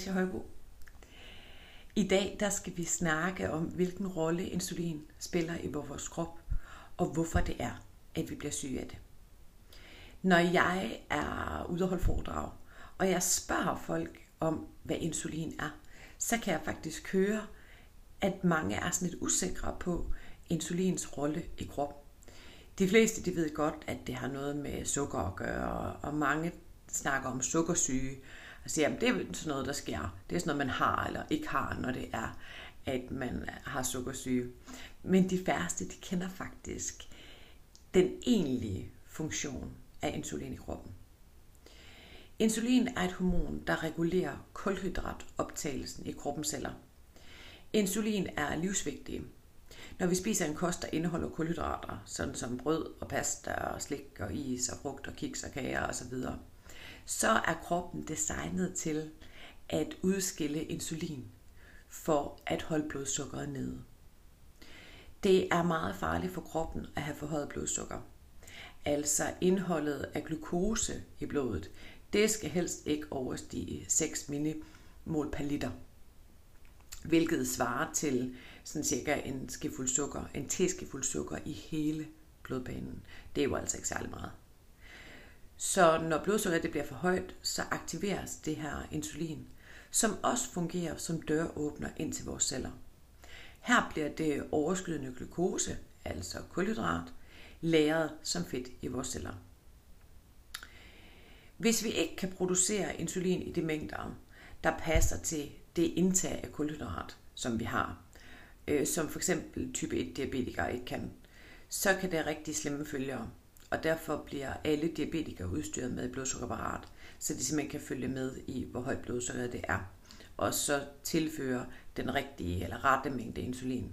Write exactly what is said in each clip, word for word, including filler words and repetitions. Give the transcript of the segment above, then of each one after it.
Natasha Højbo. I dag der skal vi snakke om, hvilken rolle insulin spiller i vores krop, og hvorfor det er, at vi bliver syge af det. Når jeg er ude at holde foredrag, og jeg spørger folk om, hvad insulin er, så kan jeg faktisk høre, at mange er sådan lidt usikre på insulins rolle i kroppen. De fleste de ved godt, at det har noget med sukker at gøre, og mange snakker om sukkersyge, og siger, at det er sådan noget, der sker. Det er sådan noget, man har eller ikke har, når det er, at man har sukkersyge. Men de færreste, de kender faktisk den egentlige funktion af insulin i kroppen. Insulin er et hormon, der regulerer kulhydratoptagelsen i kroppens celler. Insulin er livsvigtig. Når vi spiser en kost, der indeholder kulhydrater, sådan som brød og pasta og slik og is og frugt og kiks og kager osv., så er kroppen designet til at udskille insulin for at holde blodsukkeret nede. Det er meget farligt for kroppen at have forhøjet blodsukker. Altså indholdet af glukose i blodet, det skal helst ikke overstige seks millimol per liter, hvilket svarer til sådan cirka en skefuld sukker, en teskefuld sukker i hele blodbanen. Det er jo altså ikke særlig meget. Så når blodsukkeret det bliver for højt, så aktiveres det her insulin, som også fungerer som døråbner ind til vores celler. Her bliver det overskydende glukose, altså kulhydrat, lagret som fedt i vores celler. Hvis vi ikke kan producere insulin i de mængder, der passer til det indtag af kulhydrat, som vi har, øh, som for eksempel type et diabetikere ikke kan, så kan det rigtig slemme følger, og derfor bliver alle diabetikere udstyret med et blodsukkerapparat, så de simpelthen kan følge med i, hvor højt blodsukkeret det er, og så tilføre den rigtige eller rette mængde insulin.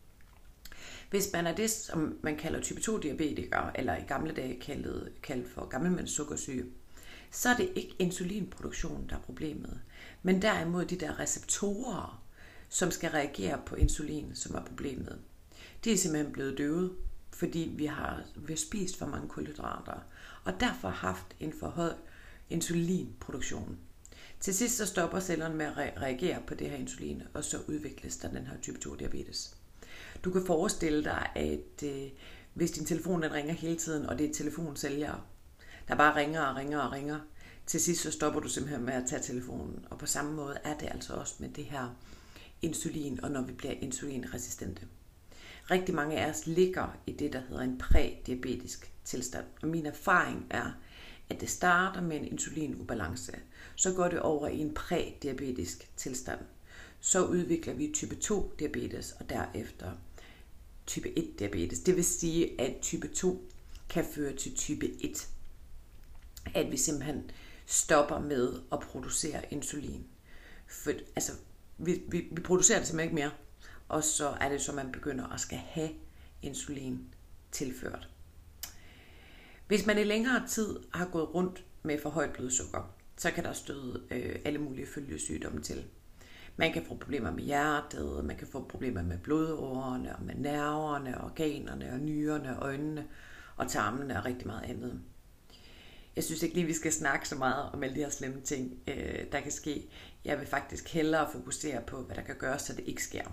Hvis man er det, som man kalder type to diabetikere, eller i gamle dage kaldet, kaldt for gammelmands sukkersyge, så er det ikke insulinproduktionen, der er problemet, men derimod de der receptorer, som skal reagere på insulin, som er problemet. De er simpelthen blevet døvet, fordi vi har, vi har spist for mange kulhydrater, og derfor haft en for høj insulinproduktion. Til sidst så stopper cellerne med at reagere på det her insulin, og så udvikles der den her type to diabetes. Du kan forestille dig, at øh, hvis din telefon den ringer hele tiden, og det er telefonsælgere, der bare ringer og ringer og ringer, til sidst så stopper du simpelthen med at tage telefonen. Og på samme måde er det altså også med det her insulin, og når vi bliver insulinresistente. Rigtig mange af os ligger i det, der hedder en prædiabetisk tilstand. Og min erfaring er, at det starter med en insulinubalance. Så går det over i en prædiabetisk tilstand. Så udvikler vi type to diabetes, og derefter type et diabetes. Det vil sige, at type to kan føre til type et. At vi simpelthen stopper med at producere insulin. For, altså, vi, vi, vi producerer det simpelthen ikke mere. Og så er det så, man begynder at skal have insulin tilført. Hvis man i længere tid har gået rundt med for højt blodsukker, så kan der støde øh, alle mulige følgesygdomme til. Man kan få problemer med hjertet, man kan få problemer med blodårerne, og med nerverne, organerne, og nyrerne, øjnene og tarmene og rigtig meget andet. Jeg synes ikke lige, vi skal snakke så meget om alle de her slemme ting, øh, der kan ske. Jeg vil faktisk hellere fokusere på, hvad der kan gøres, så det ikke sker.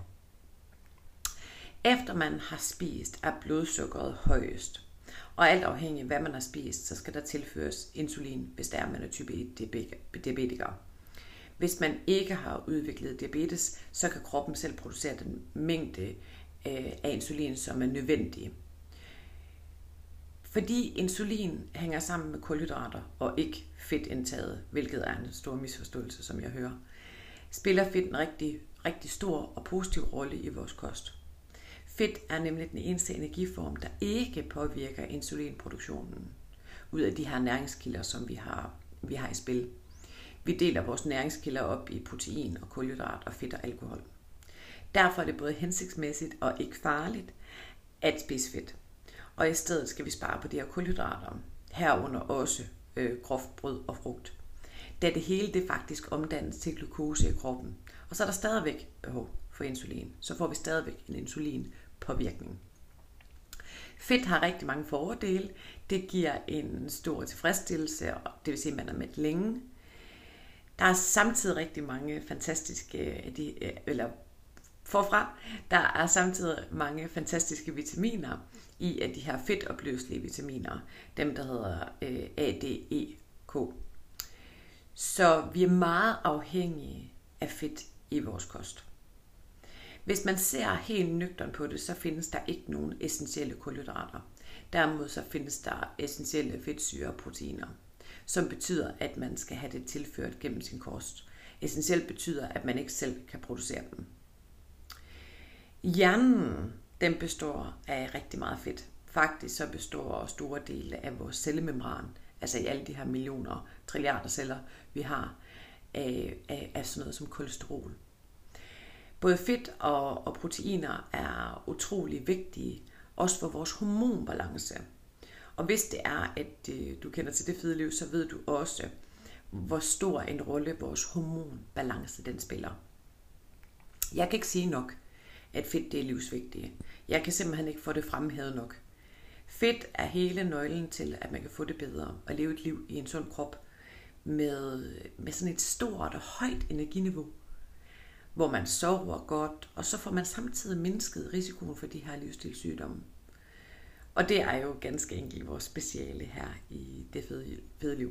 Efter man har spist, er blodsukkeret højest. Og alt afhængig af, hvad man har spist, så skal der tilføres insulin, hvis det er, man er type et diabetiker. Hvis man ikke har udviklet diabetes, så kan kroppen selv producere den mængde af insulin, som er nødvendig. Fordi insulin hænger sammen med kulhydrater og ikke fedtindtaget, hvilket er en stor misforståelse, som jeg hører, spiller fedt en rigtig, rigtig stor og positiv rolle i vores kost. Fedt er nemlig den eneste energiform, der ikke påvirker insulinproduktionen ud af de her næringskilder, som vi har, vi har i spil. Vi deler vores næringskilder op i protein og kulhydrat og fedt og alkohol. Derfor er det både hensigtsmæssigt og ikke farligt at spise fedt. Og i stedet skal vi spare på de her kulhydrater, herunder også øh, groft brød og frugt. Da det hele det faktisk omdannes til glukose i kroppen. Og så er der stadigvæk behov for insulin. Så får vi stadigvæk en insulinpåvirkning. Fedt har rigtig mange fordele. Det giver en stor tilfredsstillelse, og det vil sige, at man er mæt længe. Der er samtidig rigtig mange fantastiske, eller forfra, der er samtidig mange fantastiske vitaminer i af de her fedtopløselige vitaminer, dem der hedder A, D, E, K. Så vi er meget afhængige af fedt i vores kost. Hvis man ser helt nøgtern på det, så findes der ikke nogen essentielle kulhydrater. Derimod så findes der essentielle fedtsyrer og proteiner, som betyder, at man skal have det tilført gennem sin kost. Essentielt betyder, at man ikke selv kan producere dem. Hjernen, den består af rigtig meget fedt. Faktisk så består store dele af vores cellemembran, altså i alle de her millioner, trilliarder celler, vi har, af, af, af sådan noget som kolesterol. Både fedt og, og proteiner er utrolig vigtige, også for vores hormonbalance. Og hvis det er, at øh, du kender til det fede liv, så ved du også, hvor stor en rolle vores hormonbalance den spiller. Jeg kan ikke sige nok, at fedt det er livsvigtigt. Jeg kan simpelthen ikke få det fremhævet nok. Fedt er hele nøglen til, at man kan få det bedre og leve et liv i en sund krop med, med sådan et stort og højt energiniveau, hvor man sover godt, og så får man samtidig mindsket risikoen for de her livsstilssygdomme. Og det er jo ganske enkelt vores speciale her i det fede, fede liv.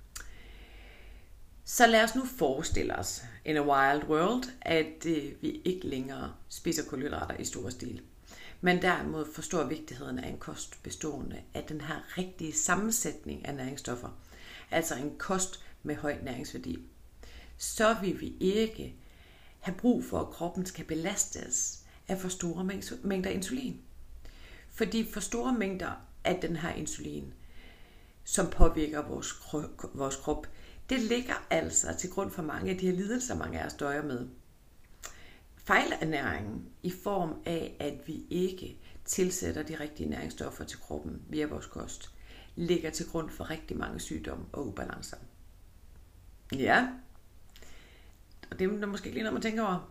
Så lad os nu forestille os, in a wild world, at øh, vi ikke længere spiser kulhydrater i stor stil, men derimod forstår vigtigheden af en kost bestående af den her rigtige sammensætning af næringsstoffer, altså en kost med høj næringsværdi. Så vil vi ikke have brug for, at kroppen skal belastes af for store mængder insulin. Fordi for store mængder af den her insulin, som påvirker vores krop, vores krop, det ligger altså til grund for mange af de her lidelser, mange af os døjer med. Fejlernæringen i form af, at vi ikke tilsætter de rigtige næringsstoffer til kroppen via vores kost, ligger til grund for rigtig mange sygdomme og ubalancer. Ja, og det er måske lige noget, man tænker over.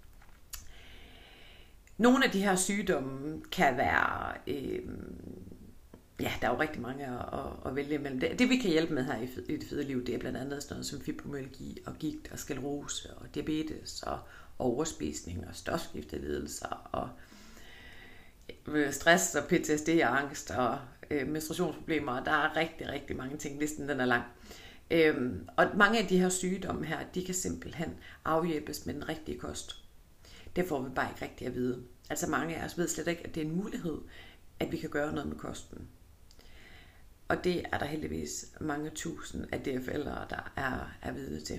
Nogle af de her sygdomme kan være, øh, ja, der er jo rigtig mange at, at, at vælge imellem. Det, det vi kan hjælpe med her i, i det fede liv, det er blandt andet sådan noget som fibromyalgi og gigt og sklerose og diabetes og overspisning og stofskiftelidelser og stress og P T S D og angst og øh, menstruationsproblemer. Der er rigtig, rigtig mange ting. Listen den er lang. Øhm, og mange af de her sygdomme her, de kan simpelthen afhjælpes med den rigtige kost. Det får vi bare ikke rigtig at vide. Altså mange af os ved slet ikke, at det er en mulighed, at vi kan gøre noget med kosten. Og det er der heldigvis mange tusind af D F L'ere, der er, er vidne til.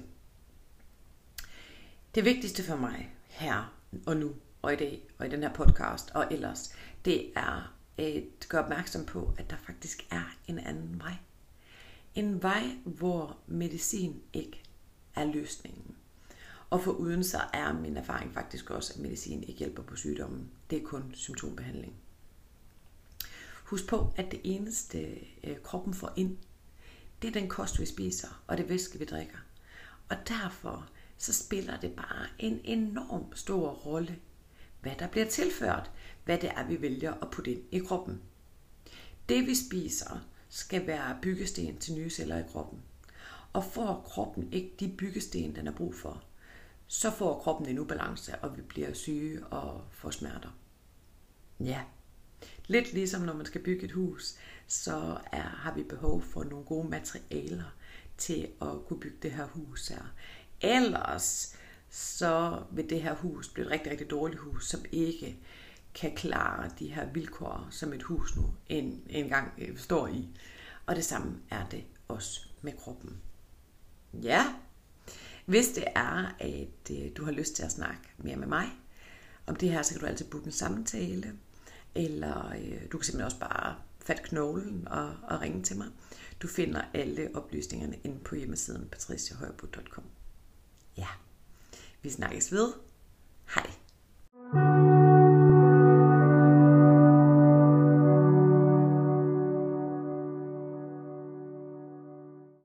Det vigtigste for mig her og nu og i dag og i den her podcast og ellers, det er at gøre opmærksom på, at der faktisk er en anden vej. En vej, hvor medicin ikke er løsningen. Og for uden så er min erfaring faktisk også, at medicin ikke hjælper på sygdommen. Det er kun symptombehandling. Husk på, at det eneste kroppen får ind, det er den kost, vi spiser, og det væske, vi drikker. Og derfor så spiller det bare en enorm stor rolle, hvad der bliver tilført, hvad det er, vi vælger at putte ind i kroppen. Det, vi spiser, skal være byggesten til nye celler i kroppen. Og får kroppen ikke de byggesten, den har brug for, så får kroppen en ubalance, og vi bliver syge og får smerter. Ja, lidt ligesom når man skal bygge et hus, så er, har vi behov for nogle gode materialer til at kunne bygge det her hus her. Ellers så vil det her hus blive et rigtig, rigtig dårligt hus, som ikke kan klare de her vilkår, som et hus nu en, en gang står i. Og det samme er det også med kroppen. Ja, hvis det er, at du har lyst til at snakke mere med mig om det her, så kan du altid booke en samtale, eller du kan simpelthen også bare fatte knoglen og, og ringe til mig. Du finder alle oplysningerne inde på hjemmesiden patricia højbo punktum com. Ja, vi snakkes ved. Hej.